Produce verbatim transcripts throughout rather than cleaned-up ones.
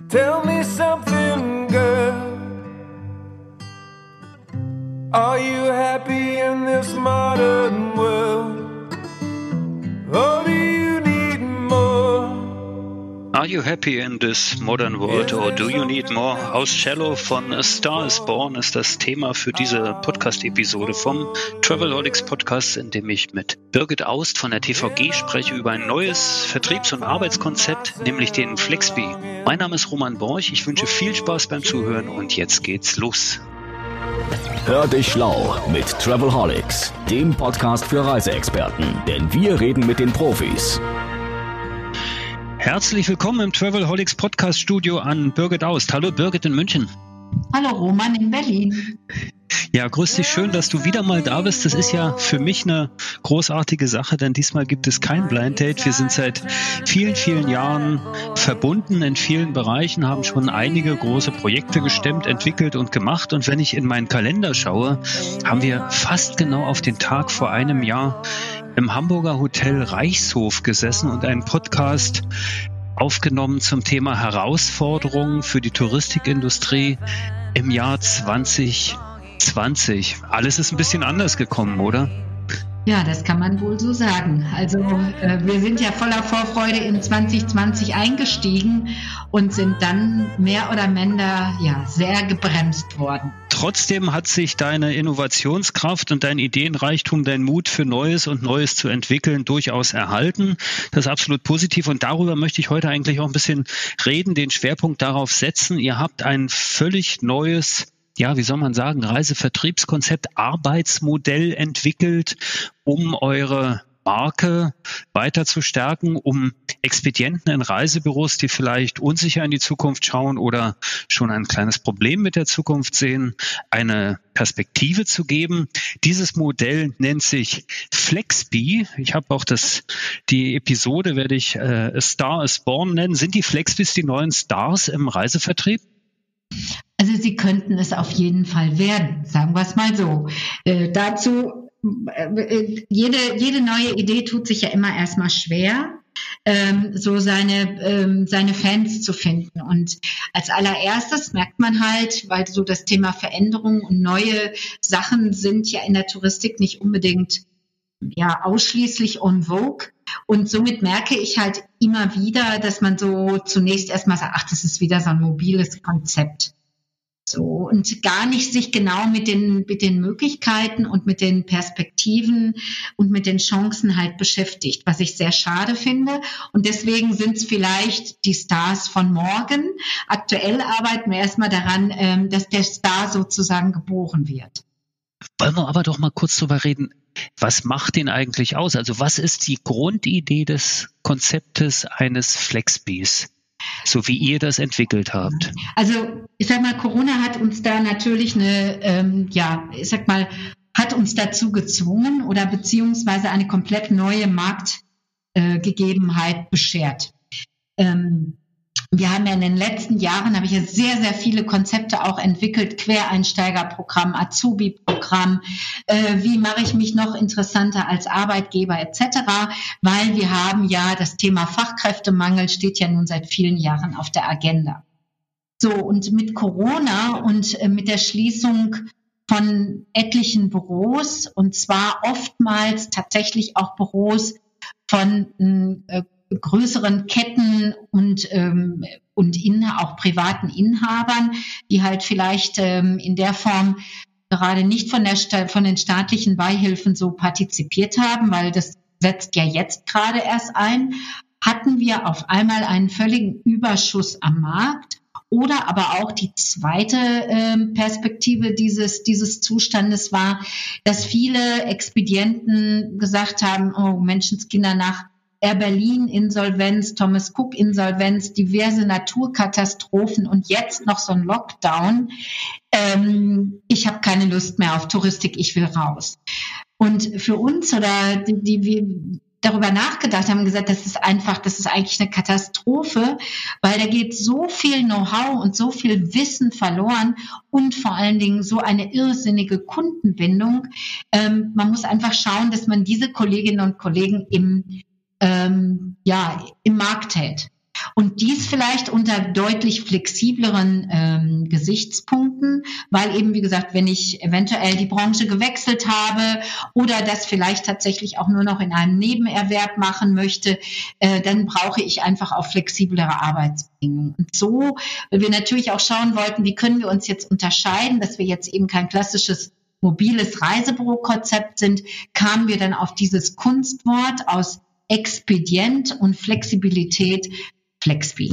Tell me something, girl. Are you happy in this modern world? Or do you need more? Are you happy in this modern world or do you need more? Aus Cello von A Star is Born ist das Thema für diese Podcast-Episode vom Travelholics Podcast, in dem ich mit Birgit Aust von der T V G spreche über ein neues Vertriebs- und Arbeitskonzept, nämlich den Flexbee. Mein Name ist Roman Borch, ich wünsche viel Spaß beim Zuhören und jetzt geht's los. Hör dich schlau mit Travelholics, dem Podcast für Reiseexperten, denn wir reden mit den Profis. Herzlich willkommen im Travelholics Podcast Studio an Birgit Aust. Hallo Birgit in München. Hallo Roman in Berlin. Ja, grüß dich, schön, dass du wieder mal da bist. Das ist ja für mich eine großartige Sache, denn diesmal gibt es kein Blind Date. Wir sind seit vielen, vielen Jahren verbunden in vielen Bereichen, haben schon einige große Projekte gestemmt, entwickelt und gemacht. Und wenn ich in meinen Kalender schaue, haben wir fast genau auf den Tag vor einem Jahr im Hamburger Hotel Reichshof gesessen und einen Podcast aufgenommen zum Thema Herausforderungen für die Touristikindustrie im Jahr zwanzig zwanzig. Alles ist ein bisschen anders gekommen, oder? Ja, das kann man wohl so sagen. Also äh, wir sind ja voller Vorfreude in zwanzig zwanzig eingestiegen und sind dann mehr oder minder ja, sehr gebremst worden. Trotzdem hat sich deine Innovationskraft und dein Ideenreichtum, dein Mut für Neues und Neues zu entwickeln durchaus erhalten. Das ist absolut positiv und darüber möchte ich heute eigentlich auch ein bisschen reden, den Schwerpunkt darauf setzen. Ihr habt ein völlig neues, ja, wie soll man sagen, Reisevertriebskonzept, Arbeitsmodell entwickelt, um eure Marke weiter zu stärken, um Expedienten in Reisebüros, die vielleicht unsicher in die Zukunft schauen oder schon ein kleines Problem mit der Zukunft sehen, eine Perspektive zu geben. Dieses Modell nennt sich Flexbee. Ich habe auch das, die Episode werde ich äh, A Star is Born nennen. Sind die Flexbees die neuen Stars im Reisevertrieb? Also sie könnten es auf jeden Fall werden, sagen wir es mal so. Äh, dazu, äh, jede, jede neue Idee tut sich ja immer erstmal schwer, ähm, so seine, ähm, seine Fans zu finden. Und als allererstes merkt man halt, weil so das Thema Veränderung und neue Sachen sind ja in der Touristik nicht unbedingt ja ausschließlich en vogue. Und somit merke ich halt immer wieder, dass man so zunächst erstmal sagt, ach, das ist wieder so ein mobiles Konzept. So, und gar nicht sich genau mit den, mit den Möglichkeiten und mit den Perspektiven und mit den Chancen halt beschäftigt, was ich sehr schade finde. Und deswegen sind es vielleicht die Stars von morgen. Aktuell arbeiten wir erstmal daran, dass der Star sozusagen geboren wird. Wollen wir aber doch mal kurz drüber reden. Was macht den eigentlich aus? Also was ist die Grundidee des Konzeptes eines Flexbees, so wie ihr das entwickelt habt? Also ich sag mal, Corona hat uns da natürlich eine, ähm, ja, ich sag mal, hat uns dazu gezwungen oder beziehungsweise eine komplett neue Marktgegebenheit äh, beschert. Ähm, Wir haben ja in den letzten Jahren, habe ich ja sehr, sehr viele Konzepte auch entwickelt, Quereinsteigerprogramm, Azubi-Programm, äh, wie mache ich mich noch interessanter als Arbeitgeber et cetera, weil wir haben ja das Thema Fachkräftemangel steht ja nun seit vielen Jahren auf der Agenda. So, und mit Corona und äh, mit der Schließung von etlichen Büros, und zwar oftmals tatsächlich auch Büros von äh, größeren Ketten und ähm, und in, auch privaten Inhabern, die halt vielleicht ähm, in der Form gerade nicht von der von den staatlichen Beihilfen so partizipiert haben, weil das setzt ja jetzt gerade erst ein, hatten wir auf einmal einen völligen Überschuss am Markt. Oder aber auch die zweite ähm, Perspektive dieses dieses Zustandes war, dass viele Expedienten gesagt haben, oh Menschenskinder, nach Air Berlin Insolvenz, Thomas Cook Insolvenz, diverse Naturkatastrophen und jetzt noch so ein Lockdown. Ähm, ich habe keine Lust mehr auf Touristik, ich will raus. Und für uns oder die, die wir darüber nachgedacht haben, gesagt, das ist einfach, das ist eigentlich eine Katastrophe, weil da geht so viel Know-how und so viel Wissen verloren und vor allen Dingen so eine irrsinnige Kundenbindung. Ähm, man muss einfach schauen, dass man diese Kolleginnen und Kollegen im ähm, ja im Markt hält. Und dies vielleicht unter deutlich flexibleren ähm, Gesichtspunkten, weil eben, wie gesagt, wenn ich eventuell die Branche gewechselt habe oder das vielleicht tatsächlich auch nur noch in einem Nebenerwerb machen möchte, äh, dann brauche ich einfach auch flexiblere Arbeitsbedingungen. Und so, weil wir natürlich auch schauen wollten, wie können wir uns jetzt unterscheiden, dass wir jetzt eben kein klassisches mobiles Reisebüro-Konzept sind, kamen wir dann auf dieses Kunstwort aus Expedient und Flexibilität, Flexby.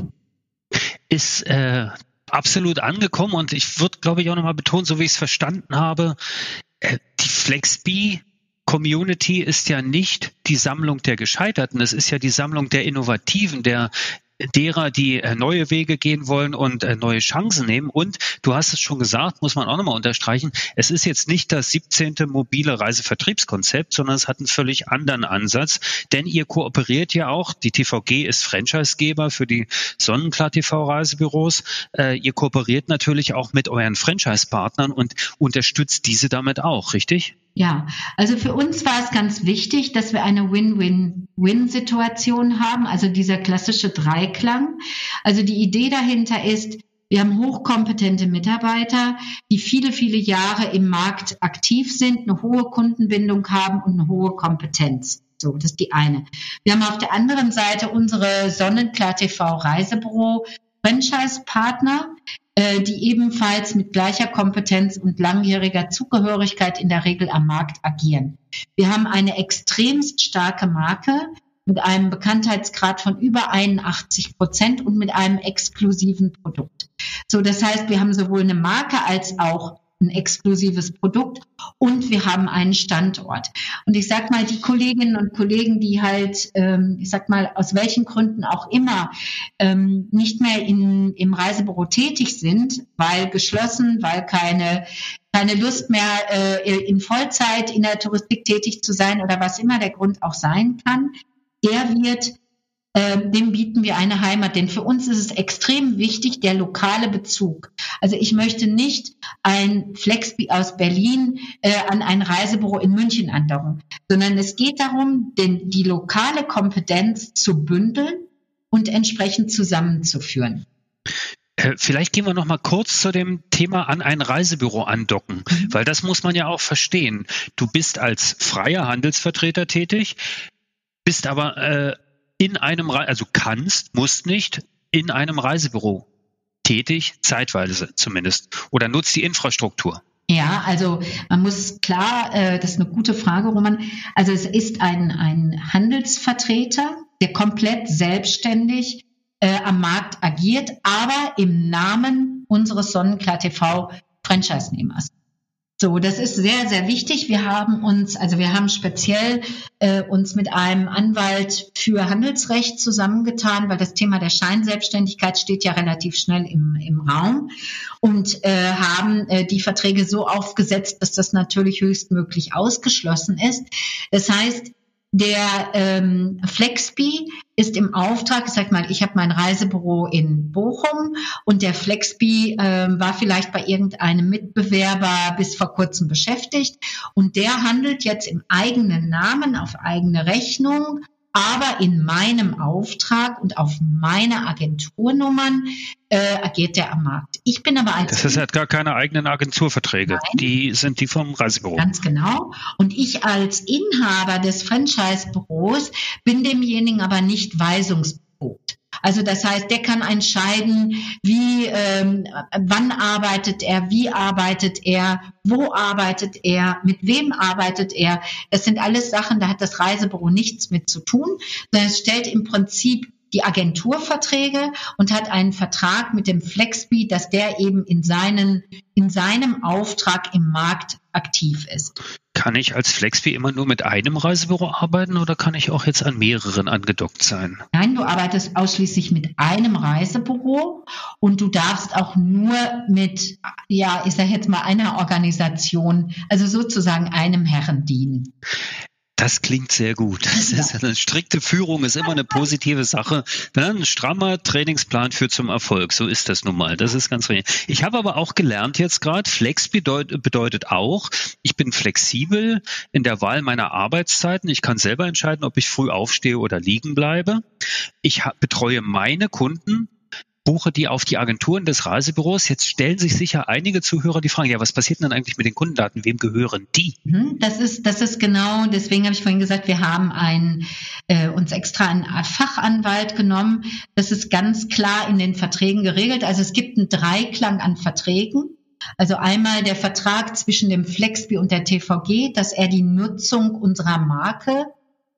Ist äh, absolut angekommen und ich würde, glaube ich, auch nochmal betonen, so wie ich es verstanden habe, äh, die Flexby Community ist ja nicht die Sammlung der Gescheiterten, es ist ja die Sammlung der Innovativen, der derer, die äh, neue Wege gehen wollen und äh, neue Chancen nehmen. Und du hast es schon gesagt, muss man auch nochmal unterstreichen, es ist jetzt nicht das siebzehnte mobile Reisevertriebskonzept, sondern es hat einen völlig anderen Ansatz, denn ihr kooperiert ja auch, die T V G ist Franchisegeber für die Sonnenklar-T V-Reisebüros, äh, ihr kooperiert natürlich auch mit euren Franchise-Partnern und unterstützt diese damit auch, richtig? Ja, also für uns war es ganz wichtig, dass wir eine Win-Win-Win-Situation haben, also dieser klassische Dreiklang. Also die Idee dahinter ist, wir haben hochkompetente Mitarbeiter, die viele, viele Jahre im Markt aktiv sind, eine hohe Kundenbindung haben und eine hohe Kompetenz. So, das ist die eine. Wir haben auf der anderen Seite unsere Sonnenklar-T V-Reisebüro Franchise-Partner, die ebenfalls mit gleicher Kompetenz und langjähriger Zugehörigkeit in der Regel am Markt agieren. Wir haben eine extremst starke Marke mit einem Bekanntheitsgrad von über einundachtzig Prozent und mit einem exklusiven Produkt. So, das heißt, wir haben sowohl eine Marke als auch ein exklusives Produkt und wir haben einen Standort. Und ich sag mal, die Kolleginnen und Kollegen, die halt, ähm, ich sag mal, aus welchen Gründen auch immer ähm, nicht mehr in, im Reisebüro tätig sind, weil geschlossen, weil keine keine Lust mehr äh, in Vollzeit in der Touristik tätig zu sein oder was immer der Grund auch sein kann, der wird Ähm, dem bieten wir eine Heimat, denn für uns ist es extrem wichtig, der lokale Bezug. Also ich möchte nicht ein Flexby aus Berlin äh, an ein Reisebüro in München andocken, sondern es geht darum, den, die lokale Kompetenz zu bündeln und entsprechend zusammenzuführen. Vielleicht gehen wir noch mal kurz zu dem Thema an ein Reisebüro andocken, mhm. weil das muss man ja auch verstehen. Du bist als freier Handelsvertreter tätig, bist aber äh, in einem, Re- also kannst, musst nicht, in einem Reisebüro tätig, zeitweise zumindest, oder nutzt die Infrastruktur. Ja, also man muss klar, äh, das ist eine gute Frage, Roman, also es ist ein, ein Handelsvertreter, der komplett selbstständig äh, am Markt agiert, aber im Namen unseres Sonnenklar-T V-Franchise-Nehmers. So, das ist sehr, sehr wichtig. Wir haben uns, also wir haben speziell äh, uns mit einem Anwalt für Handelsrecht zusammengetan, weil das Thema der Scheinselbstständigkeit steht ja relativ schnell im, im Raum und äh, haben äh, die Verträge so aufgesetzt, dass das natürlich höchstmöglich ausgeschlossen ist. Das heißt, der ähm, Flexby ist im Auftrag, ich sag mal, ich habe mein Reisebüro in Bochum und der Flexby äh, war vielleicht bei irgendeinem Mitbewerber bis vor kurzem beschäftigt und der handelt jetzt im eigenen Namen auf eigene Rechnung, aber in meinem Auftrag und auf meine Agenturnummern äh, agiert der am Markt. Ich bin aber als... Das heißt, er hat gar keine eigenen Agenturverträge. Nein. Die sind die vom Reisebüro. Ganz genau. Und ich als Inhaber des Franchise-Büros bin demjenigen aber nicht weisungsbefugt. Also das heißt, der kann entscheiden, wie, ähm, wann arbeitet er, wie arbeitet er, wo arbeitet er, mit wem arbeitet er. Das sind alles Sachen, da hat das Reisebüro nichts mit zu tun, sondern es stellt im Prinzip die Agenturverträge und hat einen Vertrag mit dem Flexby, dass der eben in seinen, in seinem Auftrag im Markt aktiv ist. Kann ich als Flexby immer nur mit einem Reisebüro arbeiten oder kann ich auch jetzt an mehreren angedockt sein? Nein, du arbeitest ausschließlich mit einem Reisebüro und du darfst auch nur mit, ja, ich sage jetzt mal einer Organisation, also sozusagen einem Herren dienen. Das klingt sehr gut. Das ist eine strikte Führung, ist immer eine positive Sache. Ein strammer Trainingsplan führt zum Erfolg. So ist das nun mal. Das ist ganz richtig. Ich habe aber auch gelernt jetzt gerade, Flex bedeutet, bedeutet auch, ich bin flexibel in der Wahl meiner Arbeitszeiten. Ich kann selber entscheiden, ob ich früh aufstehe oder liegen bleibe. Ich betreue meine Kunden, buche die auf die Agenturen des Reisebüros. Jetzt stellen sich sicher einige Zuhörer die Frage, ja, was passiert denn eigentlich mit den Kundendaten? Wem gehören die? Das ist, das ist genau, deswegen habe ich vorhin gesagt, wir haben einen, äh, uns extra einen Art Fachanwalt genommen. Das ist ganz klar in den Verträgen geregelt. Also es gibt einen Dreiklang an Verträgen. Also einmal der Vertrag zwischen dem Flexby und der T V G, dass er die Nutzung unserer Marke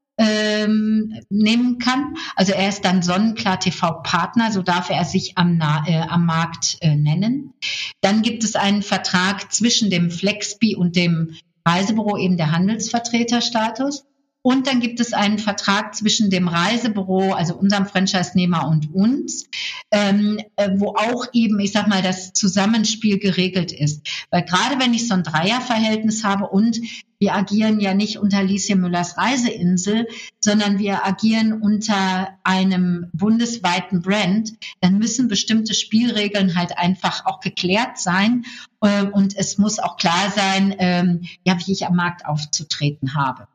Ähm, nehmen kann. Also er ist dann Sonnenklar T V-Partner, so darf er sich am, äh, am Markt äh, nennen. Dann gibt es einen Vertrag zwischen dem Flexby und dem Reisebüro, eben der Handelsvertreterstatus. Und dann gibt es einen Vertrag zwischen dem Reisebüro, also unserem Franchise-Nehmer und uns, ähm, äh, wo auch eben, ich sag mal, das Zusammenspiel geregelt ist. Weil gerade wenn ich so ein Dreierverhältnis habe und wir agieren ja nicht unter Lieschen Müllers Reiseinsel, sondern wir agieren unter einem bundesweiten Brand, dann müssen bestimmte Spielregeln halt einfach auch geklärt sein. Äh, und es muss auch klar sein, ähm, ja, wie ich am Markt aufzutreten habe.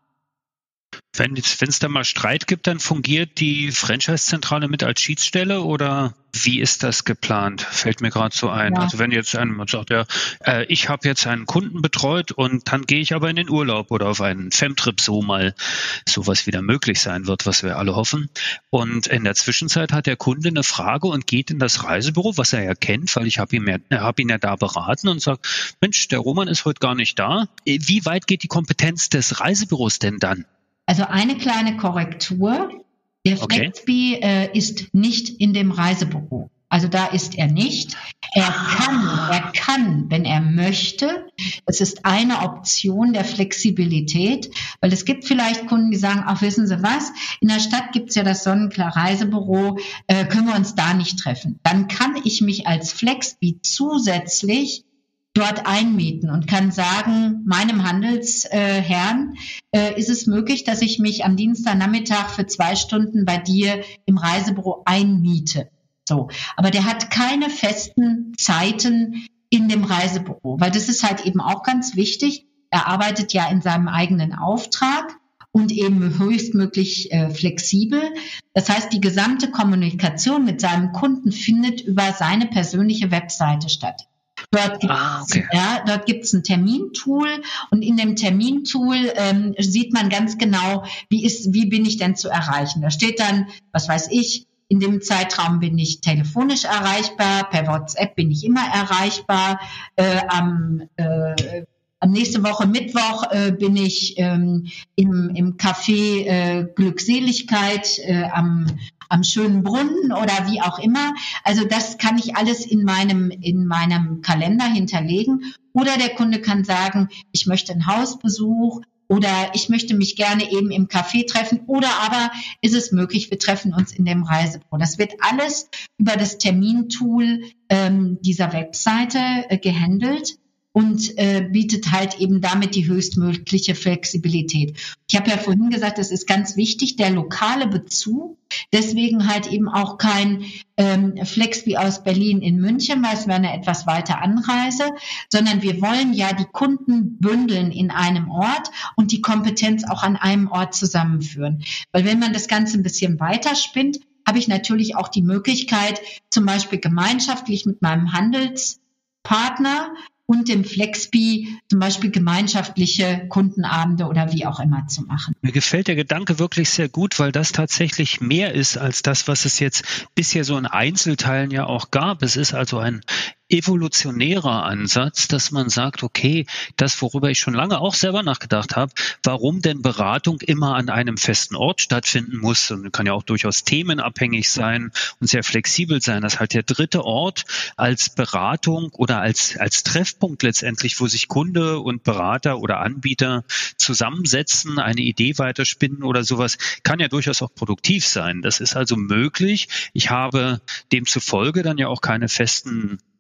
Wenn es da mal Streit gibt, dann fungiert die Franchise-Zentrale mit als Schiedsstelle oder wie ist das geplant? Fällt mir gerade so ein. Ja. Also wenn jetzt jemand sagt, ja, äh, ich habe jetzt einen Kunden betreut und dann gehe ich aber in den Urlaub oder auf einen Femtrip, so mal sowas wieder möglich sein wird, was wir alle hoffen. Und in der Zwischenzeit hat der Kunde eine Frage und geht in das Reisebüro, was er ja kennt, weil ich habe ihn, ja, hab ihn ja da beraten und sagt, Mensch, der Roman ist heute gar nicht da. Wie weit geht die Kompetenz des Reisebüros denn dann? Also eine kleine Korrektur. Der Flexby okay. äh, ist nicht in dem Reisebüro. Also da ist er nicht. Er kann, er kann, wenn er möchte. Es ist eine Option der Flexibilität, weil es gibt vielleicht Kunden, die sagen, ach, wissen Sie was, in der Stadt gibt's ja das Sonnenklar Reisebüro, äh, können wir uns da nicht treffen. Dann kann ich mich als Flexby zusätzlich dort einmieten und kann sagen, meinem Handelsherrn äh, ist es möglich, dass ich mich am Dienstagnachmittag für zwei Stunden bei dir im Reisebüro einmiete. So, aber der hat keine festen Zeiten in dem Reisebüro, weil das ist halt eben auch ganz wichtig. Er arbeitet ja in seinem eigenen Auftrag und eben höchstmöglich äh, flexibel. Das heißt, die gesamte Kommunikation mit seinem Kunden findet über seine persönliche Webseite statt. Dort gibt ah, okay. ja, dort gibt's ein Termintool und in dem Termintool ähm, sieht man ganz genau, wie ist, wie bin ich denn zu erreichen. Da steht dann, was weiß ich, in dem Zeitraum bin ich telefonisch erreichbar, per WhatsApp bin ich immer erreichbar, äh, am äh, Am nächste Woche Mittwoch äh, bin ich ähm, im, im Café äh, Glückseligkeit äh, am, am schönen Brunnen oder wie auch immer. Also das kann ich alles in meinem, in meinem Kalender hinterlegen. Oder der Kunde kann sagen, ich möchte einen Hausbesuch oder ich möchte mich gerne eben im Café treffen. Oder aber ist es möglich, wir treffen uns in dem Reisebüro. Das wird alles über das Termintool ähm, dieser Webseite äh, gehandelt. Und äh, bietet halt eben damit die höchstmögliche Flexibilität. Ich habe ja vorhin gesagt, es ist ganz wichtig, der lokale Bezug. Deswegen halt eben auch kein ähm, Flexby aus Berlin in München, weil es wäre eine etwas weite Anreise, sondern wir wollen ja die Kunden bündeln in einem Ort und die Kompetenz auch an einem Ort zusammenführen. Weil wenn man das Ganze ein bisschen weiter spinnt, habe ich natürlich auch die Möglichkeit, zum Beispiel gemeinschaftlich mit meinem Handelspartner und dem Flexby zum Beispiel gemeinschaftliche Kundenabende oder wie auch immer zu machen. Mir gefällt der Gedanke wirklich sehr gut, weil das tatsächlich mehr ist als das, was es jetzt bisher so in Einzelteilen ja auch gab. Es ist also ein evolutionärer Ansatz, dass man sagt, okay, das, worüber ich schon lange auch selber nachgedacht habe, warum denn Beratung immer an einem festen Ort stattfinden muss und kann ja auch durchaus themenabhängig sein und sehr flexibel sein, dass halt der dritte Ort als Beratung oder als, als Treffpunkt letztendlich, wo sich Kunde und Berater oder Anbieter zusammensetzen, eine Idee weiterspinnen oder sowas, kann ja durchaus auch produktiv sein. Das ist also möglich. Ich habe demzufolge dann ja auch keine festen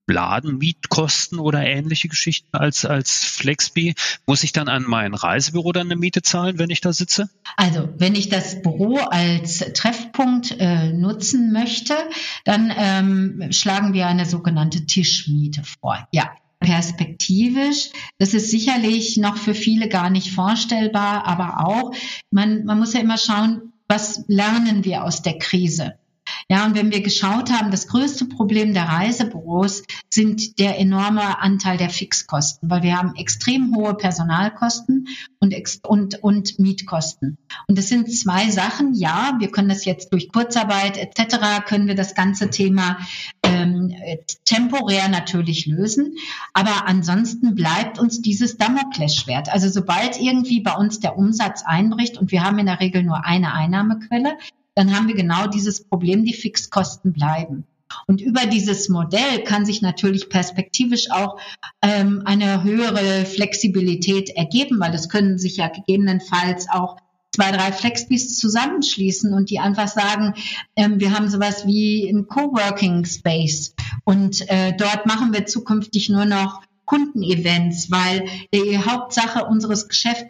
Ladenmietkosten oder ähnliche Geschichten als, als Flexby? Muss ich dann an mein Reisebüro dann eine Miete zahlen, wenn ich da sitze? Also, wenn ich das Büro als Treffpunkt äh, nutzen möchte, dann ähm, schlagen wir eine sogenannte Tischmiete vor. Ja. Perspektivisch, das ist sicherlich noch für viele gar nicht vorstellbar, aber auch, man, man muss ja immer schauen, was lernen wir aus der Krise? Ja, und wenn wir geschaut haben, das größte Problem der Reisebüros sind der enorme Anteil der Fixkosten, weil wir haben extrem hohe Personalkosten und, und, und Mietkosten. Und das sind zwei Sachen, ja, wir können das jetzt durch Kurzarbeit et cetera, können wir das ganze Thema ähm, temporär natürlich lösen, aber ansonsten bleibt uns dieses Damoklesschwert. Also sobald irgendwie bei uns der Umsatz einbricht und wir haben in der Regel nur eine Einnahmequelle, dann haben wir genau dieses Problem, die Fixkosten bleiben. Und über dieses Modell kann sich natürlich perspektivisch auch ähm, eine höhere Flexibilität ergeben, weil es können sich ja gegebenenfalls auch zwei, drei Flexbys zusammenschließen und die einfach sagen, ähm, wir haben sowas wie ein Coworking Space und äh, dort machen wir zukünftig nur noch Kundenevents, weil die Hauptsache unseres Geschäfts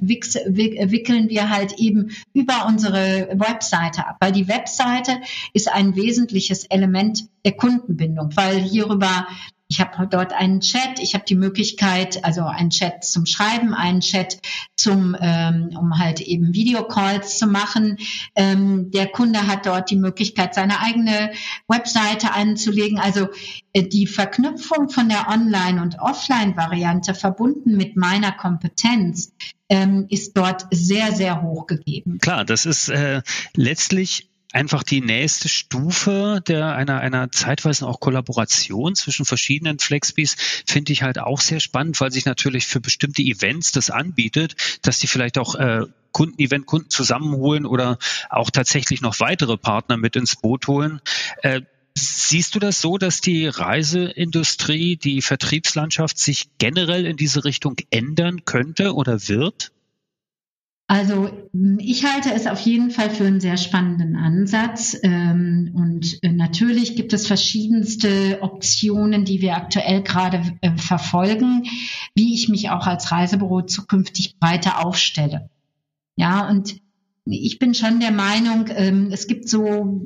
wickeln wir halt eben über unsere Webseite ab, weil die Webseite ist ein wesentliches Element der Kundenbindung, weil hierüber ich habe dort einen Chat, ich habe die Möglichkeit, also einen Chat zum Schreiben, einen Chat zum, ähm, um halt eben Videocalls zu machen. Ähm, der Kunde hat dort die Möglichkeit, seine eigene Webseite anzulegen. Also äh, die Verknüpfung von der Online- und Offline-Variante verbunden mit meiner Kompetenz ähm, ist dort sehr, sehr hoch gegeben. Klar, das ist äh, letztlich einfach die nächste Stufe der einer einer zeitweisen auch Kollaboration zwischen verschiedenen Flexbys, finde ich halt auch sehr spannend, weil sich natürlich für bestimmte Events das anbietet, dass die vielleicht auch äh, Kunden, Eventkunden zusammenholen oder auch tatsächlich noch weitere Partner mit ins Boot holen. Äh, Siehst du das so, dass die Reiseindustrie, die Vertriebslandschaft sich generell in diese Richtung ändern könnte oder wird? Also ich halte es auf jeden Fall für einen sehr spannenden Ansatz ähm, und äh, natürlich gibt es verschiedenste Optionen, die wir aktuell gerade äh, verfolgen, wie ich mich auch als Reisebüro zukünftig breiter aufstelle. Ja, und ich bin schon der Meinung, ähm, es gibt so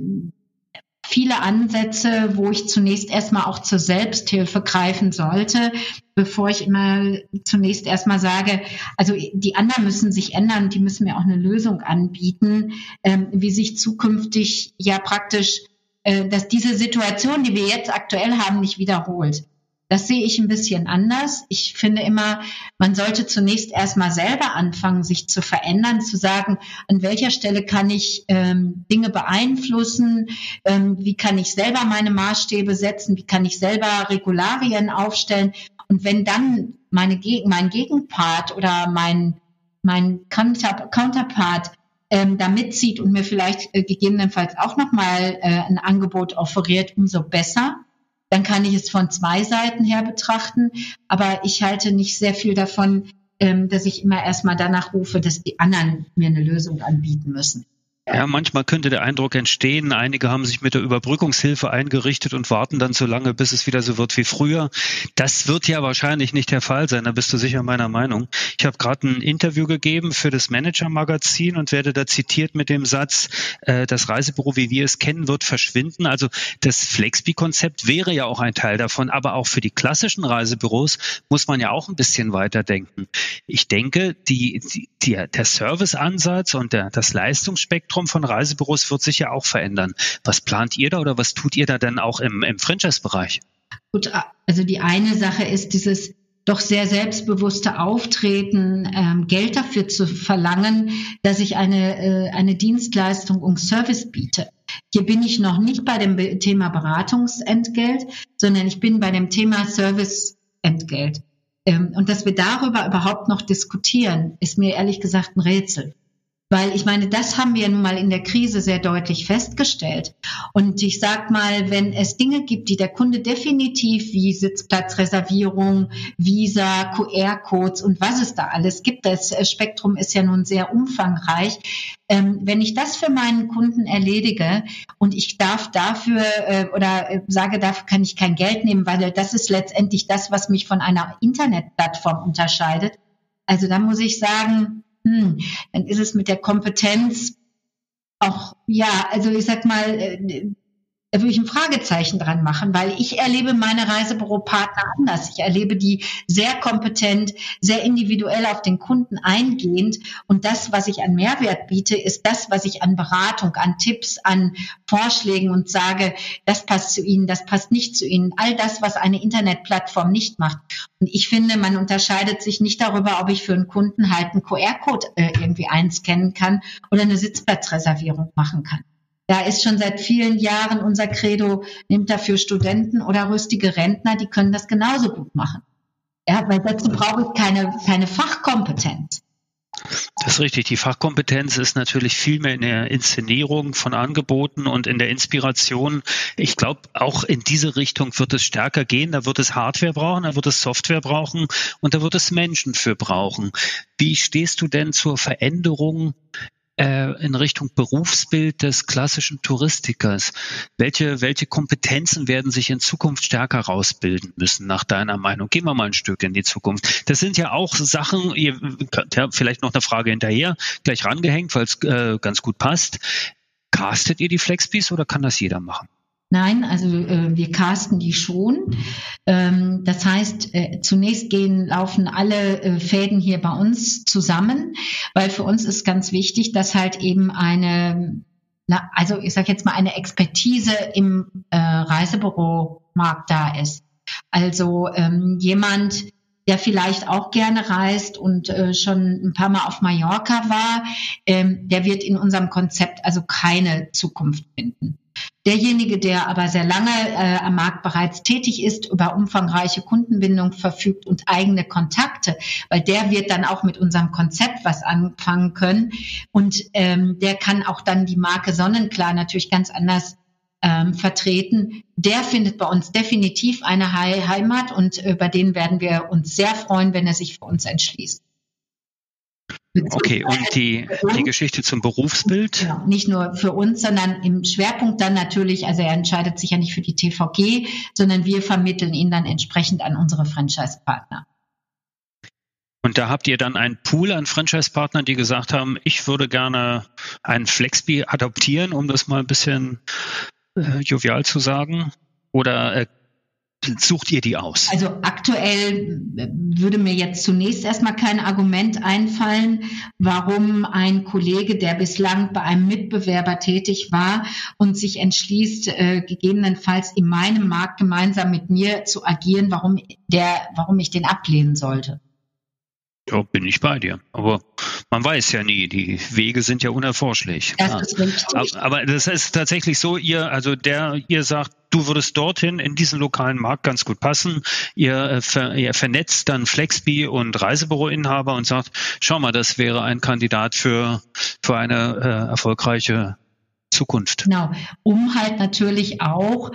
viele Ansätze, wo ich zunächst erstmal auch zur Selbsthilfe greifen sollte, bevor ich immer zunächst erstmal sage, also die anderen müssen sich ändern, die müssen mir auch eine Lösung anbieten, ähm, wie sich zukünftig ja praktisch, äh, dass diese Situation, die wir jetzt aktuell haben, nicht wiederholt. Das sehe ich ein bisschen anders. Ich finde immer, man sollte zunächst erstmal selber anfangen, sich zu verändern, zu sagen, an welcher Stelle kann ich ähm, Dinge beeinflussen, ähm, wie kann ich selber meine Maßstäbe setzen, wie kann ich selber Regularien aufstellen. Und wenn dann meine, mein Gegenpart oder mein, mein Counter, Counterpart ähm, da mitzieht und mir vielleicht äh, gegebenenfalls auch nochmal äh, ein Angebot offeriert, umso besser. Dann kann ich es von zwei Seiten her betrachten. Aber ich halte nicht sehr viel davon, ähm, dass ich immer erstmal danach rufe, dass die anderen mir eine Lösung anbieten müssen. Ja, manchmal könnte der Eindruck entstehen, einige haben sich mit der Überbrückungshilfe eingerichtet und warten dann so lange, bis es wieder so wird wie früher. Das wird ja wahrscheinlich nicht der Fall sein, da bist du sicher meiner Meinung. Ich habe gerade ein Interview gegeben für das Manager-Magazin und werde da zitiert mit dem Satz, äh, das Reisebüro, wie wir es kennen, wird verschwinden. Also das Flexby-Konzept wäre ja auch ein Teil davon, aber auch für die klassischen Reisebüros muss man ja auch ein bisschen weiterdenken. Ich denke, die, die, die, der Serviceansatz und der, das Leistungsspektrum von Reisebüros wird sich ja auch verändern. Was plant ihr da oder was tut ihr da denn auch im, im Franchise-Bereich? Gut, also die eine Sache ist dieses doch sehr selbstbewusste Auftreten, ähm, Geld dafür zu verlangen, dass ich eine, äh, eine Dienstleistung und Service biete. Hier bin ich noch nicht bei dem Be- Thema Beratungsentgelt, sondern ich bin bei dem Thema Serviceentgelt. Ähm, und dass wir darüber überhaupt noch diskutieren, ist mir ehrlich gesagt ein Rätsel. Weil ich meine, das haben wir nun mal in der Krise sehr deutlich festgestellt. Und ich sag mal, wenn es Dinge gibt, die der Kunde definitiv wie Sitzplatzreservierung, Visa, Q R-Codes und was es da alles gibt, das Spektrum ist ja nun sehr umfangreich. Ähm, wenn ich das für meinen Kunden erledige und ich darf dafür äh, oder äh, sage, dafür kann ich kein Geld nehmen, weil das ist letztendlich das, was mich von einer Internetplattform unterscheidet. Also da muss ich sagen, hm, dann ist es mit der Kompetenz auch, ja, also ich sag mal, äh, da würde ich ein Fragezeichen dran machen, weil ich erlebe meine Reisebüropartner anders. Ich erlebe die sehr kompetent, sehr individuell auf den Kunden eingehend. Und das, was ich an Mehrwert biete, ist das, was ich an Beratung, an Tipps, an Vorschlägen und sage, das passt zu Ihnen, das passt nicht zu Ihnen. All das, was eine Internetplattform nicht macht. Und ich finde, man unterscheidet sich nicht darüber, ob ich für einen Kunden halt einen Q R-Code äh, irgendwie einscannen kann oder eine Sitzplatzreservierung machen kann. Da ist schon seit vielen Jahren unser Credo, nimmt dafür Studenten oder rüstige Rentner, die können das genauso gut machen. Ja, weil dazu brauche ich keine, keine Fachkompetenz. Das ist richtig. Die Fachkompetenz ist natürlich viel mehr in der Inszenierung von Angeboten und in der Inspiration. Ich glaube, auch in diese Richtung wird es stärker gehen. Da wird es Hardware brauchen, da wird es Software brauchen und da wird es Menschen für brauchen. Wie stehst du denn zur Veränderung in Richtung Berufsbild des klassischen Touristikers? Welche, welche Kompetenzen werden sich in Zukunft stärker rausbilden müssen, nach deiner Meinung? Gehen wir mal ein Stück in die Zukunft. Das sind ja auch Sachen, ihr, ja, vielleicht noch eine Frage hinterher, gleich rangehängt, weil es äh, ganz gut passt. Castet ihr die Flexbys oder kann das jeder machen? Nein, also äh, wir casten die schon. Ähm, das heißt, äh, zunächst gehen, laufen alle äh, Fäden hier bei uns zusammen, weil für uns ist ganz wichtig, dass halt eben eine, na, also ich sage jetzt mal eine Expertise im äh, Reisebüromarkt da ist. Also ähm, jemand, der vielleicht auch gerne reist und äh, schon ein paar Mal auf Mallorca war, ähm, der wird in unserem Konzept also keine Zukunft finden. Derjenige, der aber sehr lange äh, am Markt bereits tätig ist, über umfangreiche Kundenbindung verfügt und eigene Kontakte, weil der wird dann auch mit unserem Konzept was anfangen können und ähm, der kann auch dann die Marke Sonnenklar natürlich ganz anders ähm, vertreten. Der findet bei uns definitiv eine He- Heimat und über den werden wir uns sehr freuen, wenn er sich für uns entschließt. Okay, und die, die Geschichte zum Berufsbild? Genau, nicht nur für uns, sondern im Schwerpunkt dann natürlich, also er entscheidet sich ja nicht für die T V G, sondern wir vermitteln ihn dann entsprechend an unsere Franchise-Partner. Und da habt ihr dann einen Pool an Franchise-Partnern, die gesagt haben, ich würde gerne einen Flexby adoptieren, um das mal ein bisschen äh, jovial zu sagen, oder äh, sucht ihr die aus? Also aktuell würde mir jetzt zunächst erstmal kein Argument einfallen, warum ein Kollege, der bislang bei einem Mitbewerber tätig war und sich entschließt, äh, gegebenenfalls in meinem Markt gemeinsam mit mir zu agieren, warum der, warum ich den ablehnen sollte. Ja, bin ich bei dir. Aber man weiß ja nie, die Wege sind ja unerforschlich. Das ja. ist richtig. Aber das ist tatsächlich so, ihr, also der, ihr sagt, du würdest dorthin in diesen lokalen Markt ganz gut passen. Ihr, ver, ihr vernetzt dann Flexby und Reisebüroinhaber und sagt, schau mal, das wäre ein Kandidat für, für eine äh, erfolgreiche Zukunft. Genau, um halt natürlich auch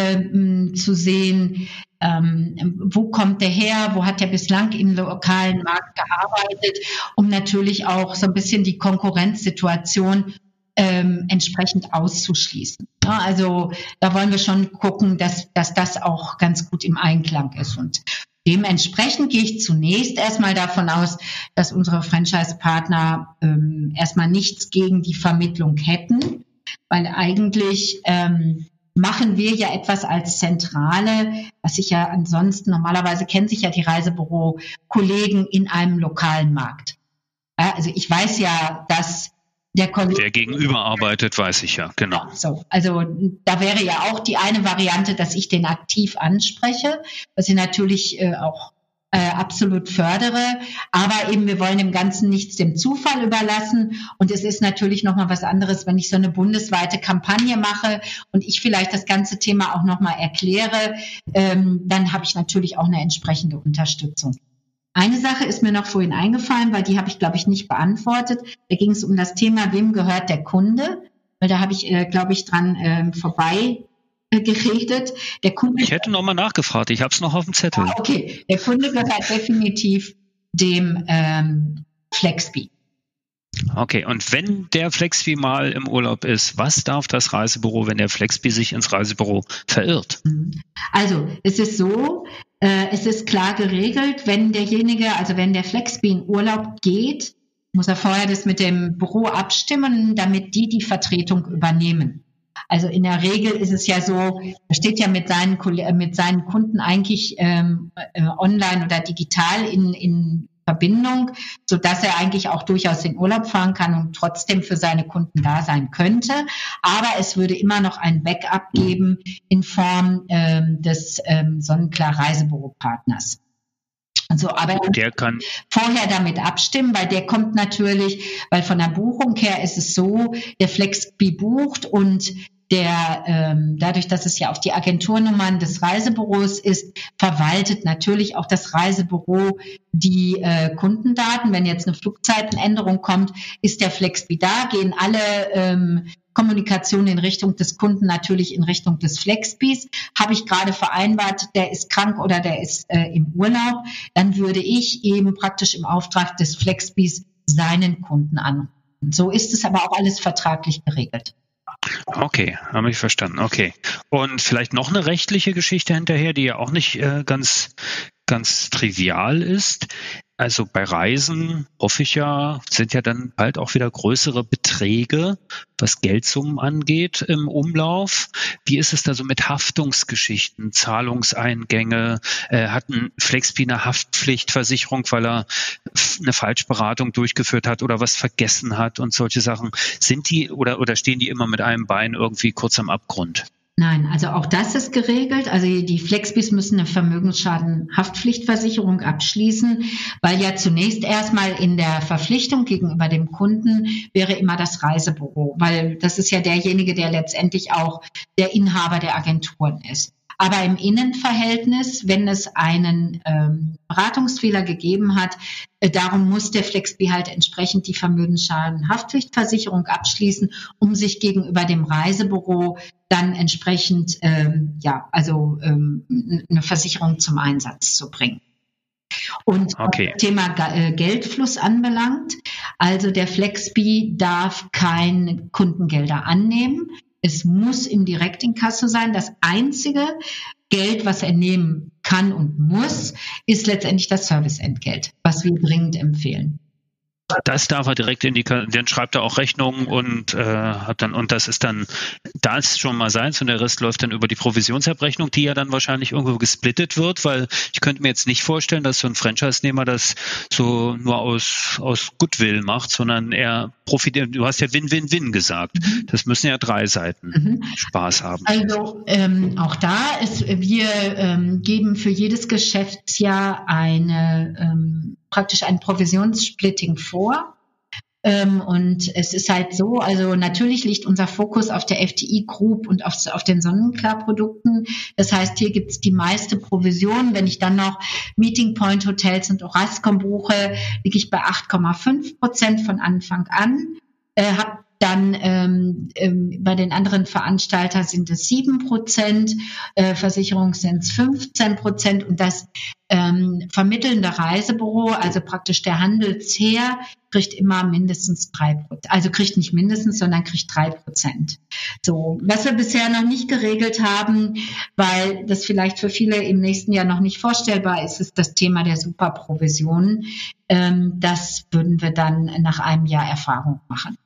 ähm, zu sehen, ähm, wo kommt der her, wo hat der bislang im lokalen Markt gearbeitet, um natürlich auch so ein bisschen die Konkurrenzsituation ähm, entsprechend auszuschließen. Ja, also da wollen wir schon gucken, dass, dass das auch ganz gut im Einklang ist. Und dementsprechend gehe ich zunächst erstmal davon aus, dass unsere Franchise-Partner ähm, erstmal nichts gegen die Vermittlung hätten. Weil eigentlich ähm, machen wir ja etwas als Zentrale, was sich ja ansonsten, normalerweise kennen sich ja die Reisebüro-Kollegen in einem lokalen Markt. Ja, also ich weiß ja, dass der Kollege... Der gegenüber arbeitet, weiß ich ja, genau. Ja, so, also da wäre ja auch die eine Variante, dass ich den aktiv anspreche, was ich natürlich äh, auch Äh, absolut fördere, aber eben wir wollen dem Ganzen nichts dem Zufall überlassen und es ist natürlich nochmal was anderes, wenn ich so eine bundesweite Kampagne mache und ich vielleicht das ganze Thema auch nochmal erkläre, ähm, dann habe ich natürlich auch eine entsprechende Unterstützung. Eine Sache ist mir noch vorhin eingefallen, weil die habe ich, glaube ich, nicht beantwortet. Da ging es um das Thema, wem gehört der Kunde? Weil da habe ich, äh, glaube ich, dran äh, vorbei äh, geredet. Der Kunde. Ich hätte noch mal nachgefragt. Ich habe es noch auf dem Zettel. Ah, okay, der Kunde gehört definitiv dem ähm, Flexbee. Okay, und wenn der Flexbee mal im Urlaub ist, was darf das Reisebüro, wenn der Flexbee sich ins Reisebüro verirrt? Also es ist so, äh, es ist klar geregelt, wenn derjenige, also wenn der Flexbee in Urlaub geht, muss er vorher das mit dem Büro abstimmen, damit die die Vertretung übernehmen. Also in der Regel ist es ja so, er steht ja mit seinen, mit seinen Kunden eigentlich ähm, äh, online oder digital in, in Verbindung, so dass er eigentlich auch durchaus in Urlaub fahren kann und trotzdem für seine Kunden da sein könnte. Aber es würde immer noch ein Backup geben in Form ähm, des ähm, Sonnenklar Reisebüropartners. Also, aber der kann vorher damit abstimmen, weil der kommt natürlich, weil von der Buchung her ist es so, der Flexbee bucht und der ähm, dadurch, dass es ja auf die Agenturnummern des Reisebüros ist, verwaltet natürlich auch das Reisebüro die äh, Kundendaten. Wenn jetzt eine Flugzeitenänderung kommt, ist der Flexbee da, gehen alle ähm, Kommunikation in Richtung des Kunden natürlich in Richtung des Flexbees. Habe ich gerade vereinbart, der ist krank oder der ist äh, im Urlaub, dann würde ich eben praktisch im Auftrag des Flexbees seinen Kunden anrufen. So ist es aber auch alles vertraglich geregelt. Okay, habe ich verstanden. Okay. Und vielleicht noch eine rechtliche Geschichte hinterher, die ja auch nicht äh, ganz, ganz trivial ist. Also bei Reisen, hoffe ich ja, sind ja dann bald auch wieder größere Beträge, was Geldsummen angeht, im Umlauf. Wie ist es da so mit Haftungsgeschichten, Zahlungseingänge? Äh, hat ein Flexbee eine Haftpflichtversicherung, weil er eine Falschberatung durchgeführt hat oder was vergessen hat und solche Sachen? Sind die oder, oder stehen die immer mit einem Bein irgendwie kurz am Abgrund? Nein, also auch das ist geregelt. Also die Flexbees müssen eine Vermögensschadenhaftpflichtversicherung abschließen, weil ja zunächst erstmal in der Verpflichtung gegenüber dem Kunden wäre immer das Reisebüro, weil das ist ja derjenige, der letztendlich auch der Inhaber der Agenturen ist. Aber im Innenverhältnis, wenn es einen ähm, Beratungsfehler gegeben hat, äh, darum muss der Flexbee halt entsprechend die Vermögensschadenhaftpflichtversicherung abschließen, um sich gegenüber dem Reisebüro dann entsprechend ähm, ja also ähm, eine Versicherung zum Einsatz zu bringen. Und okay. Was das Thema Ge- Geldfluss anbelangt, also der Flexbee darf keine Kundengelder annehmen. Es muss im Direktinkasso sein. Das einzige Geld, was er nehmen kann und muss, ist letztendlich das Serviceentgelt, was wir dringend empfehlen. Das darf er direkt in die, dann schreibt er auch Rechnungen und äh, hat dann, und das ist dann, da ist schon mal seins und der Rest läuft dann über die Provisionsabrechnung, die ja dann wahrscheinlich irgendwo gesplittet wird, weil ich könnte mir jetzt nicht vorstellen, dass so ein Franchise-Nehmer das so nur aus, aus Goodwill macht, sondern er profitiert, du hast ja Win-Win-Win gesagt. Mhm. Das müssen ja drei Seiten mhm. Spaß haben. Also ähm, auch da ist, wir ähm, geben für jedes Geschäftsjahr eine ähm, praktisch ein Provisionssplitting vor. Ähm, und es ist halt so, also natürlich liegt unser Fokus auf der F T I Group und auf, auf den Sonnenklar-Produkten. Das heißt, hier gibt es die meiste Provision. Wenn ich dann noch Meeting Point Hotels und Orascom buche, liege ich bei acht Komma fünf Prozent von Anfang an. Äh, habe Dann ähm, ähm, bei den anderen Veranstaltern sind es sieben Prozent, äh, Versicherung sind es fünfzehn Prozent und das ähm, vermittelnde Reisebüro, also praktisch der Handelsherr, kriegt immer mindestens drei Prozent. Also kriegt nicht mindestens, sondern kriegt drei Prozent. So, was wir bisher noch nicht geregelt haben, weil das vielleicht für viele im nächsten Jahr noch nicht vorstellbar ist, ist das Thema der Superprovisionen. Ähm, das würden wir dann nach einem Jahr Erfahrung machen.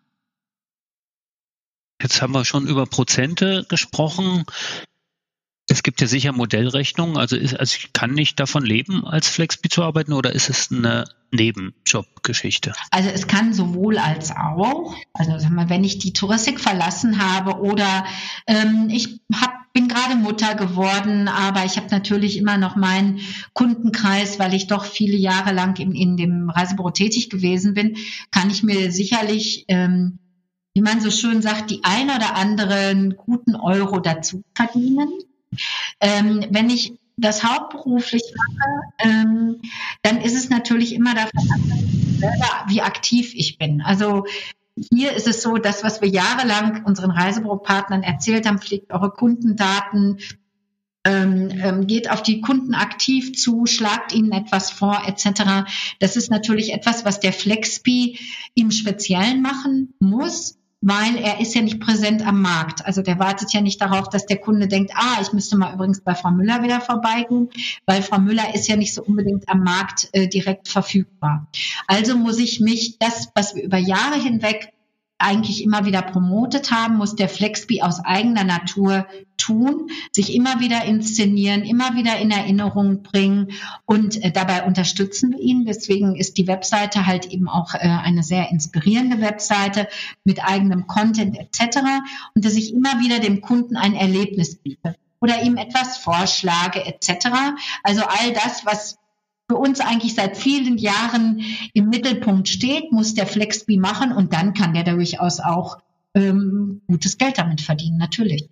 Jetzt haben wir schon über Prozente gesprochen. Es gibt ja sicher Modellrechnungen. Also, ist, also ich kann nicht davon leben, als Flexbee zu arbeiten, oder ist es eine Nebenjobgeschichte? Also es kann sowohl als auch. Also sag mal, wenn ich die Touristik verlassen habe oder ähm, ich hab, bin gerade Mutter geworden, aber ich habe natürlich immer noch meinen Kundenkreis, weil ich doch viele Jahre lang in, in dem Reisebüro tätig gewesen bin, kann ich mir sicherlich ähm, wie man so schön sagt, die ein oder anderen guten Euro dazu verdienen. Ähm, wenn ich das hauptberuflich mache, ähm, dann ist es natürlich immer davon abhängig, wie aktiv ich bin. Also hier ist es so, das, was wir jahrelang unseren Reisebüropartnern erzählt haben, pflegt eure Kundendaten, ähm, ähm, geht auf die Kunden aktiv zu, schlagt ihnen etwas vor, et cetera. Das ist natürlich etwas, was der Flexpi im Speziellen machen muss, weil er ist ja nicht präsent am Markt. Also der wartet ja nicht darauf, dass der Kunde denkt, ah, ich müsste mal übrigens bei Frau Müller wieder vorbeigehen, weil Frau Müller ist ja nicht so unbedingt am Markt äh, direkt verfügbar. Also muss ich mich, das, was wir über Jahre hinweg eigentlich immer wieder promotet haben, muss der Flexpi aus eigener Natur tun, sich immer wieder inszenieren, immer wieder in Erinnerung bringen und äh, dabei unterstützen wir ihn. Deswegen ist die Webseite halt eben auch äh, eine sehr inspirierende Webseite mit eigenem Content et cetera und dass ich immer wieder dem Kunden ein Erlebnis biete oder ihm etwas vorschlage et cetera. Also all das, was für uns eigentlich seit vielen Jahren im Mittelpunkt steht, muss der Flexpi machen und dann kann der durchaus auch ähm, gutes Geld damit verdienen, natürlich.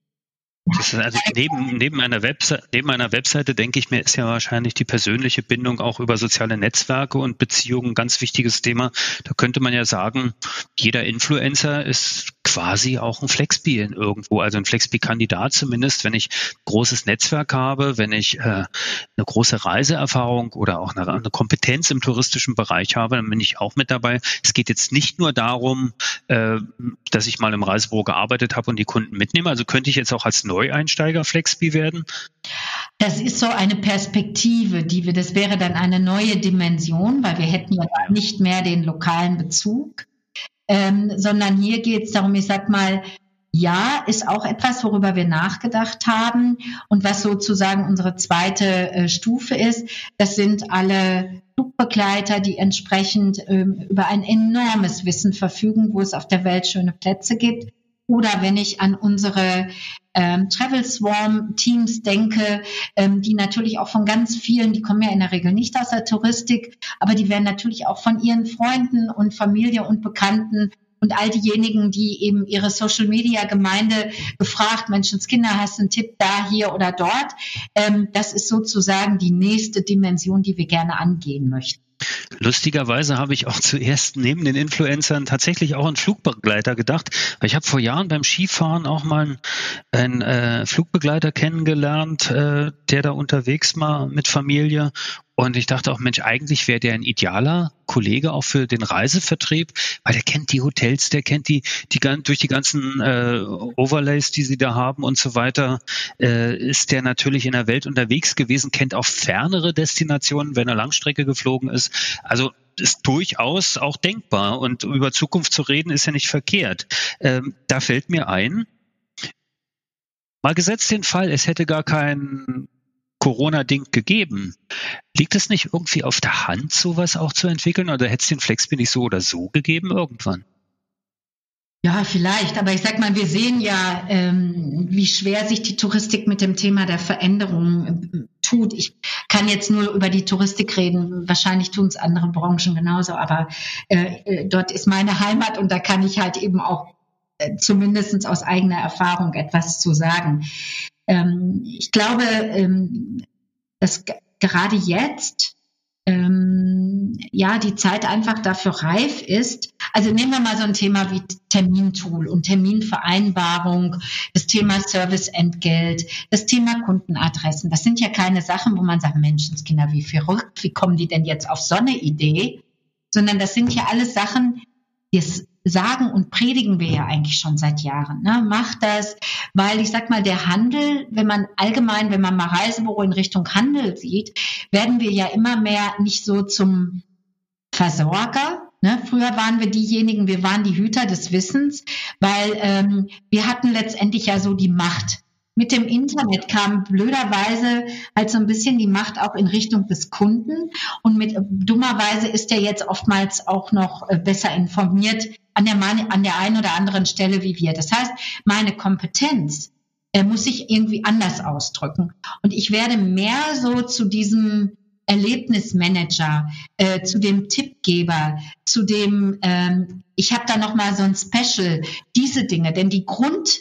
Das ist also neben, neben, einer Webse- neben einer Webseite, denke ich mir, ist ja wahrscheinlich die persönliche Bindung auch über soziale Netzwerke und Beziehungen ein ganz wichtiges Thema. Da könnte man ja sagen, jeder Influencer ist quasi auch ein Flexpi in irgendwo, also ein Flexpi-Kandidat zumindest, wenn ich ein großes Netzwerk habe, wenn ich äh, eine große Reiseerfahrung oder auch eine, eine Kompetenz im touristischen Bereich habe, dann bin ich auch mit dabei. Es geht jetzt nicht nur darum, äh, dass ich mal im Reisebüro gearbeitet habe und die Kunden mitnehme, also könnte ich jetzt auch als Neueinsteiger Flexpi werden? Das ist so eine Perspektive, die wir, das wäre dann eine neue Dimension, weil wir hätten ja nicht mehr den lokalen Bezug. Ähm, sondern hier geht es darum, ich sag mal, ja, ist auch etwas, worüber wir nachgedacht haben und was sozusagen unsere zweite äh, Stufe ist. Das sind alle Flugbegleiter, die entsprechend ähm, über ein enormes Wissen verfügen, wo es auf der Welt schöne Plätze gibt. Oder wenn ich an unsere ähm, Travel Swarm Teams denke, ähm, die natürlich auch von ganz vielen, die kommen ja in der Regel nicht aus der Touristik, aber die werden natürlich auch von ihren Freunden und Familie und Bekannten und all diejenigen, die eben ihre Social Media Gemeinde gefragt, Menschenskinder, hast du einen Tipp da, hier oder dort? Ähm, das ist sozusagen die nächste Dimension, die wir gerne angehen möchten. Lustigerweise habe ich auch zuerst neben den Influencern tatsächlich auch an Flugbegleiter gedacht, weil ich habe vor Jahren beim Skifahren auch mal einen, einen äh, Flugbegleiter kennengelernt, äh, der da unterwegs war mit Familie. Und ich dachte auch, Mensch, eigentlich wäre der ein idealer Kollege auch für den Reisevertrieb, weil der kennt die Hotels, der kennt die, die durch die ganzen äh, Overlays, die sie da haben und so weiter, äh, ist der natürlich in der Welt unterwegs gewesen, kennt auch fernere Destinationen, wenn er Langstrecke geflogen ist. Also ist durchaus auch denkbar und über Zukunft zu reden ist ja nicht verkehrt. Ähm, da fällt mir ein, mal gesetzt den Fall, es hätte gar kein Corona-Ding gegeben. Liegt es nicht irgendwie auf der Hand, sowas auch zu entwickeln? Oder hätte es den Flexpi nicht so oder so gegeben irgendwann? Ja, vielleicht. Aber ich sag mal, wir sehen ja, ähm, wie schwer sich die Touristik mit dem Thema der Veränderung äh, tut. Ich kann jetzt nur über die Touristik reden. Wahrscheinlich tun es andere Branchen genauso. Aber äh, dort ist meine Heimat und da kann ich halt eben auch äh, zumindest aus eigener Erfahrung etwas zu sagen. Ähm, ich glaube, ähm, dass g- gerade jetzt ähm, ja die Zeit einfach dafür reif ist. Also nehmen wir mal so ein Thema wie Termintool und Terminvereinbarung, das Thema Serviceentgelt, das Thema Kundenadressen. Das sind ja keine Sachen, wo man sagt, Menschenskinder, wie verrückt, wie kommen die denn jetzt auf so eine Idee? Sondern das sind ja alles Sachen, die es sagen und predigen wir ja eigentlich schon seit Jahren. Ne? Macht das, weil ich sag mal, der Handel, wenn man allgemein, wenn man mal Reisebüro in Richtung Handel sieht, werden wir ja immer mehr nicht so zum Versorger. Ne? Früher waren wir diejenigen, wir waren die Hüter des Wissens, weil ähm, wir hatten letztendlich ja so die Macht. Mit dem Internet kam blöderweise halt so ein bisschen die Macht auch in Richtung des Kunden und mit dummerweise ist er jetzt oftmals auch noch äh, besser informiert an der, an der einen oder anderen Stelle wie wir. Das heißt, meine Kompetenz äh, muss sich irgendwie anders ausdrücken und ich werde mehr so zu diesem Erlebnismanager, äh, zu dem Tippgeber, zu dem, ähm, ich habe da noch mal so ein Special, diese Dinge, denn die Grund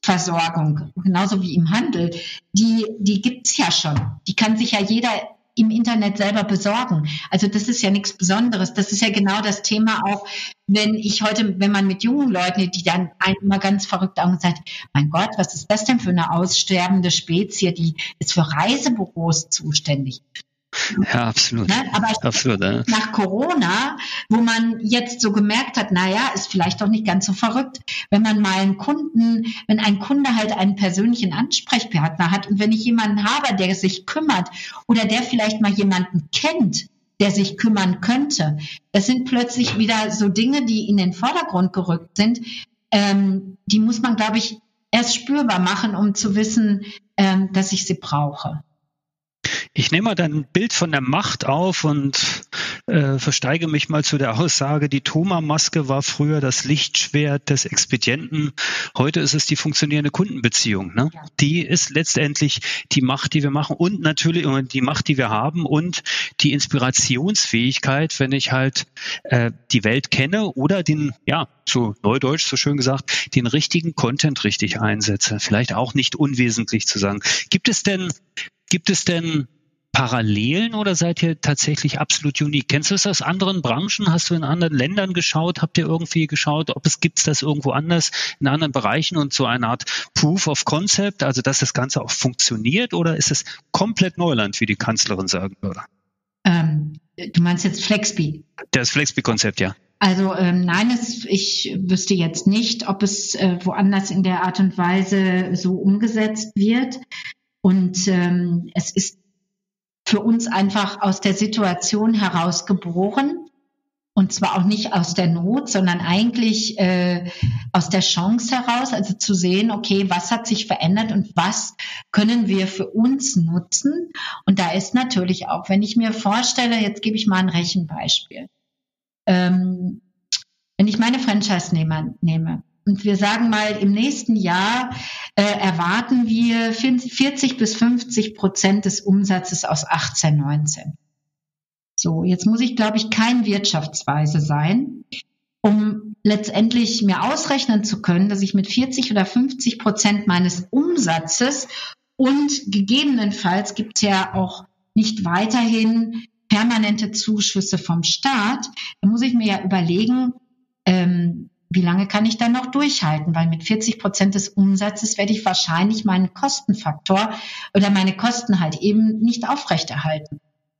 Versorgung, genauso wie im Handel, die, die gibt's ja schon. Die kann sich ja jeder im Internet selber besorgen. Also das ist ja nichts Besonderes. Das ist ja genau das Thema auch, wenn ich heute, wenn man mit jungen Leuten, die dann immer ganz verrückt Augen sagt, mein Gott, was ist das denn für eine aussterbende Spezie, die ist für Reisebüros zuständig. Ja, absolut. Ne? Aber absolut, ja. Nach Corona, wo man jetzt so gemerkt hat, naja, ist vielleicht doch nicht ganz so verrückt, wenn man mal einen Kunden, wenn ein Kunde halt einen persönlichen Ansprechpartner hat und wenn ich jemanden habe, der sich kümmert oder der vielleicht mal jemanden kennt, der sich kümmern könnte, das sind plötzlich wieder so Dinge, die in den Vordergrund gerückt sind. Ähm, die muss man, glaube ich, erst spürbar machen, um zu wissen, ähm, dass ich sie brauche. Ich nehme mal dein Bild von der Macht auf und äh, versteige mich mal zu der Aussage, die Thoma-Maske war früher das Lichtschwert des Expedienten. Heute ist es die funktionierende Kundenbeziehung. Ne? Ja. Die ist letztendlich die Macht, die wir machen und natürlich die Macht, die wir haben und die Inspirationsfähigkeit, wenn ich halt äh, die Welt kenne oder den, ja, so neudeutsch so schön gesagt, den richtigen Content richtig einsetze. Vielleicht auch nicht unwesentlich zu sagen. Gibt es denn Gibt es denn Parallelen oder seid ihr tatsächlich absolut unique? Kennst du es aus anderen Branchen? Hast du in anderen Ländern geschaut? Habt ihr irgendwie geschaut, ob es gibt das irgendwo anders in anderen Bereichen und so eine Art Proof of Concept, also dass das Ganze auch funktioniert oder ist es komplett Neuland, wie die Kanzlerin sagen würde? Ähm, du meinst jetzt Flexby? Das Flexby-Konzept, ja. Also ähm, nein, es, ich wüsste jetzt nicht, ob es äh, woanders in der Art und Weise so umgesetzt wird. Und ähm, es ist für uns einfach aus der Situation heraus geboren. Und zwar auch nicht aus der Not, sondern eigentlich äh, aus der Chance heraus. Also zu sehen, okay, was hat sich verändert und was können wir für uns nutzen? Und da ist natürlich auch, wenn ich mir vorstelle, jetzt gebe ich mal ein Rechenbeispiel. Ähm, wenn ich meine Franchise-Nehmer nehme, und wir sagen mal, im nächsten Jahr äh, erwarten wir vierzig bis fünfzig Prozent des Umsatzes aus achtzehn, neunzehn. So, jetzt muss ich, glaube ich, kein Wirtschaftsweise sein, um letztendlich mir ausrechnen zu können, dass ich mit vierzig oder fünfzig Prozent meines Umsatzes und gegebenenfalls gibt es ja auch nicht weiterhin permanente Zuschüsse vom Staat, da muss ich mir ja überlegen, ähm, wie lange kann ich dann noch durchhalten? Weil mit vierzig Prozent des Umsatzes werde ich wahrscheinlich meinen Kostenfaktor oder meine Kosten halt eben nicht aufrechterhalten.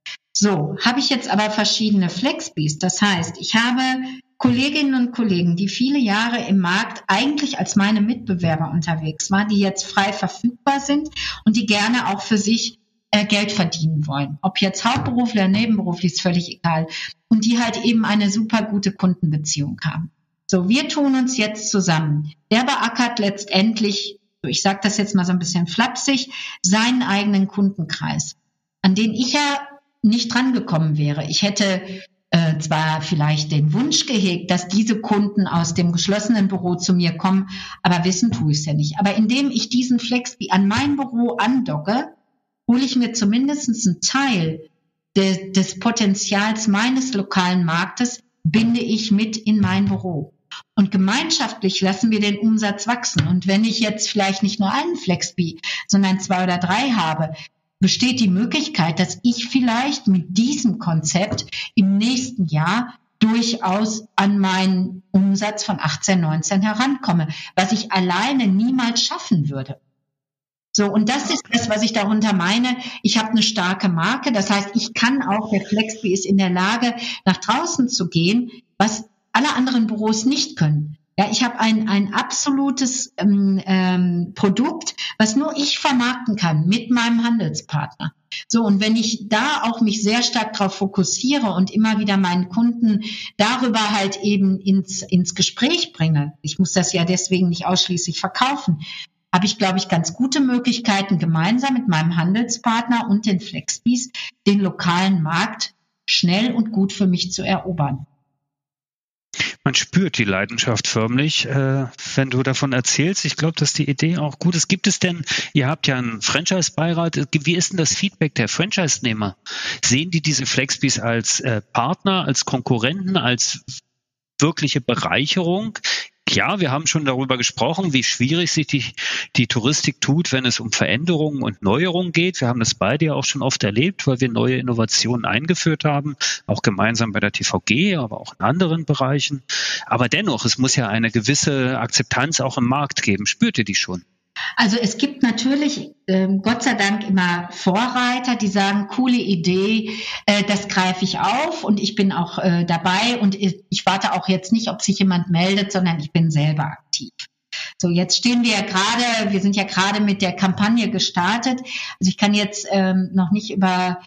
So, habe ich jetzt aber verschiedene Flexbys. Das heißt, ich habe Kolleginnen und Kollegen, die viele Jahre im Markt eigentlich als meine Mitbewerber unterwegs waren, die jetzt frei verfügbar sind und die gerne auch für sich äh, Geld verdienen wollen. Ob jetzt hauptberuflich oder nebenberuflich, ist völlig egal. Und die halt eben eine super gute Kundenbeziehung haben. So, wir tun uns jetzt zusammen. Der beackert letztendlich, ich sage das jetzt mal so ein bisschen flapsig, seinen eigenen Kundenkreis, an den ich ja nicht drangekommen wäre. Ich hätte äh, zwar vielleicht den Wunsch gehegt, dass diese Kunden aus dem geschlossenen Büro zu mir kommen, aber wissen tue ich es ja nicht. Aber indem ich diesen Flexby an mein Büro andocke, hole ich mir zumindest einen Teil de, des Potenzials meines lokalen Marktes, binde ich mit in mein Büro. Und gemeinschaftlich lassen wir den Umsatz wachsen. Und wenn ich jetzt vielleicht nicht nur einen Flexby, sondern zwei oder drei habe, besteht die Möglichkeit, dass ich vielleicht mit diesem Konzept im nächsten Jahr durchaus an meinen Umsatz von achtzehn, neunzehn herankomme, was ich alleine niemals schaffen würde. So, und das ist das, was ich darunter meine. Ich habe eine starke Marke. Das heißt, ich kann auch, der Flexby ist in der Lage, nach draußen zu gehen, was alle anderen Büros nicht können. Ja, ich habe ein, ein absolutes ähm, ähm, Produkt, was nur ich vermarkten kann mit meinem Handelspartner. So, und wenn ich da auch mich sehr stark darauf fokussiere und immer wieder meinen Kunden darüber halt eben ins, ins Gespräch bringe, ich muss das ja deswegen nicht ausschließlich verkaufen, habe ich, glaube ich, ganz gute Möglichkeiten, gemeinsam mit meinem Handelspartner und den Flexbys den lokalen Markt schnell und gut für mich zu erobern. Man spürt die Leidenschaft förmlich, äh, wenn du davon erzählst. Ich glaube, dass die Idee auch gut ist. Gibt es denn, ihr habt ja einen Franchise-Beirat, wie ist denn das Feedback der Franchise-Nehmer? Sehen die diese Flexbys als äh, Partner, als Konkurrenten, als wirkliche Bereicherung? Ja, wir haben schon darüber gesprochen, wie schwierig sich die, die Touristik tut, wenn es um Veränderungen und Neuerungen geht. Wir haben das beide ja auch schon oft erlebt, weil wir neue Innovationen eingeführt haben, auch gemeinsam bei der T V G, aber auch in anderen Bereichen. Aber dennoch, es muss ja eine gewisse Akzeptanz auch im Markt geben. Spürt ihr die schon? Also es gibt natürlich, ähm, Gott sei Dank, immer Vorreiter, die sagen, coole Idee, äh, das greife ich auf und ich bin auch äh, dabei und ich, ich warte auch jetzt nicht, ob sich jemand meldet, sondern ich bin selber aktiv. So, jetzt stehen wir ja gerade, wir sind ja gerade mit der Kampagne gestartet. Also ich kann jetzt ähm, noch nicht über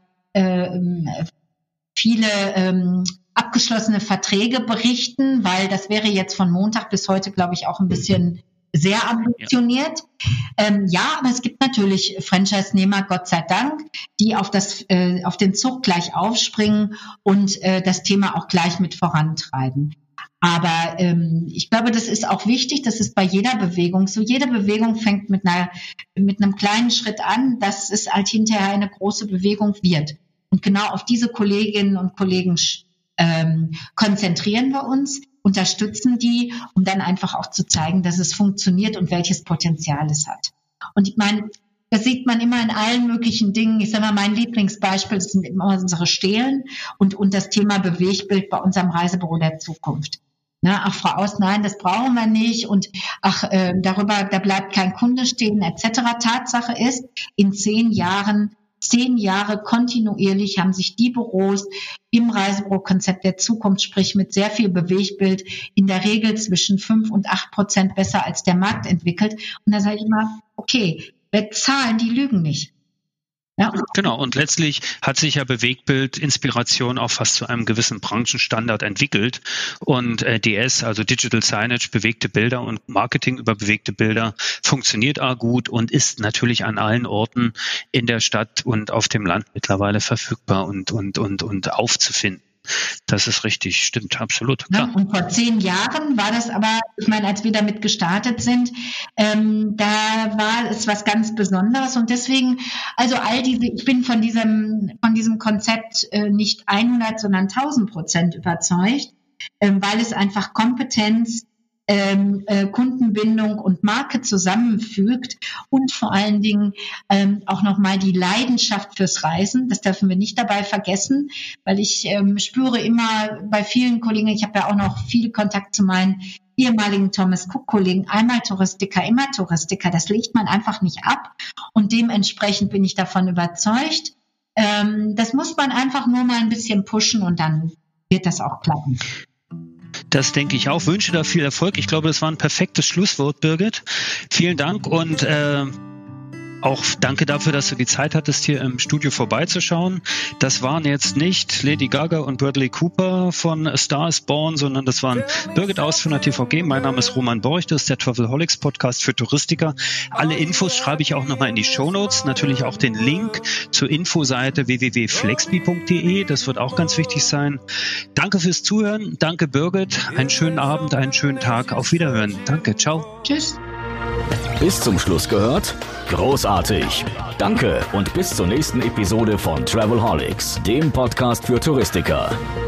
ähm, viele ähm, abgeschlossene Verträge berichten, weil das wäre jetzt von Montag bis heute, glaube ich, auch ein bisschen sehr ambitioniert. Ja. Ähm, ja, aber es gibt natürlich Franchise-Nehmer, Gott sei Dank, die auf das, äh, auf den Zug gleich aufspringen und äh, das Thema auch gleich mit vorantreiben. Aber ähm, ich glaube, das ist auch wichtig, das ist bei jeder Bewegung so. Jede Bewegung fängt mit einer, mit einem kleinen Schritt an, dass es halt hinterher eine große Bewegung wird. Und genau auf diese Kolleginnen und Kollegen ähm, konzentrieren wir uns, unterstützen die, um dann einfach auch zu zeigen, dass es funktioniert und welches Potenzial es hat. Und ich meine, das sieht man immer in allen möglichen Dingen. Ich sage mal, mein Lieblingsbeispiel sind immer unsere Stelen und, und das Thema Bewegtbild bei unserem Reisebüro der Zukunft. Na, ach, Frau Aus, nein, das brauchen wir nicht und ach, äh, darüber, da bleibt kein Kunde stehen et cetera. Tatsache ist, in zehn Jahren Zehn Jahre kontinuierlich haben sich die Büros im Reisebüro-Konzept der Zukunft, sprich mit sehr viel Bewegtbild, in der Regel zwischen fünf und acht Prozent besser als der Markt entwickelt. Und da sage ich immer, okay, Zahlen, die lügen nicht. Ja. Genau, und letztlich hat sich ja Bewegtbild, Inspiration auch fast zu einem gewissen Branchenstandard entwickelt. Und äh, D S, also Digital Signage, bewegte Bilder und Marketing über bewegte Bilder funktioniert auch gut und ist natürlich an allen Orten in der Stadt und auf dem Land mittlerweile verfügbar und, und, und, und aufzufinden. Das ist richtig, stimmt, absolut. Ja, und vor zehn Jahren war das aber, ich meine, als wir damit gestartet sind, ähm, da war es was ganz Besonderes und deswegen, also all diese, ich bin von diesem, von diesem Konzept äh, nicht hundert, sondern tausend Prozent überzeugt, äh, weil es einfach Kompetenz, Ähm, äh, Kundenbindung und Marke zusammenfügt und vor allen Dingen ähm, auch nochmal die Leidenschaft fürs Reisen. Das dürfen wir nicht dabei vergessen, weil ich ähm, spüre immer bei vielen Kollegen, ich habe ja auch noch viel Kontakt zu meinen ehemaligen Thomas Cook-Kollegen, einmal Touristiker, immer Touristiker, das legt man einfach nicht ab und dementsprechend bin ich davon überzeugt. Ähm, das muss man einfach nur mal ein bisschen pushen und dann wird das auch klappen. Das denke ich auch. Wünsche da viel Erfolg. Ich glaube, das war ein perfektes Schlusswort, Birgit. Vielen Dank und äh, auch danke dafür, dass du die Zeit hattest, hier im Studio vorbeizuschauen. Das waren jetzt nicht Lady Gaga und Bradley Cooper von A Star is Born, sondern das waren Birgit Aus von der T V G. Mein Name ist Roman Borch, das ist der Travelholics Podcast für Touristiker. Alle Infos schreibe ich auch nochmal in die Shownotes. Natürlich auch den Link zur Infoseite w w w punkt flexby punkt d e. Das wird auch ganz wichtig sein. Danke fürs Zuhören. Danke, Birgit. Einen schönen Abend, einen schönen Tag. Auf Wiederhören. Danke. Ciao. Tschüss. Bis zum Schluss gehört? Großartig! Danke und bis zur nächsten Episode von Travelholics, dem Podcast für Touristiker.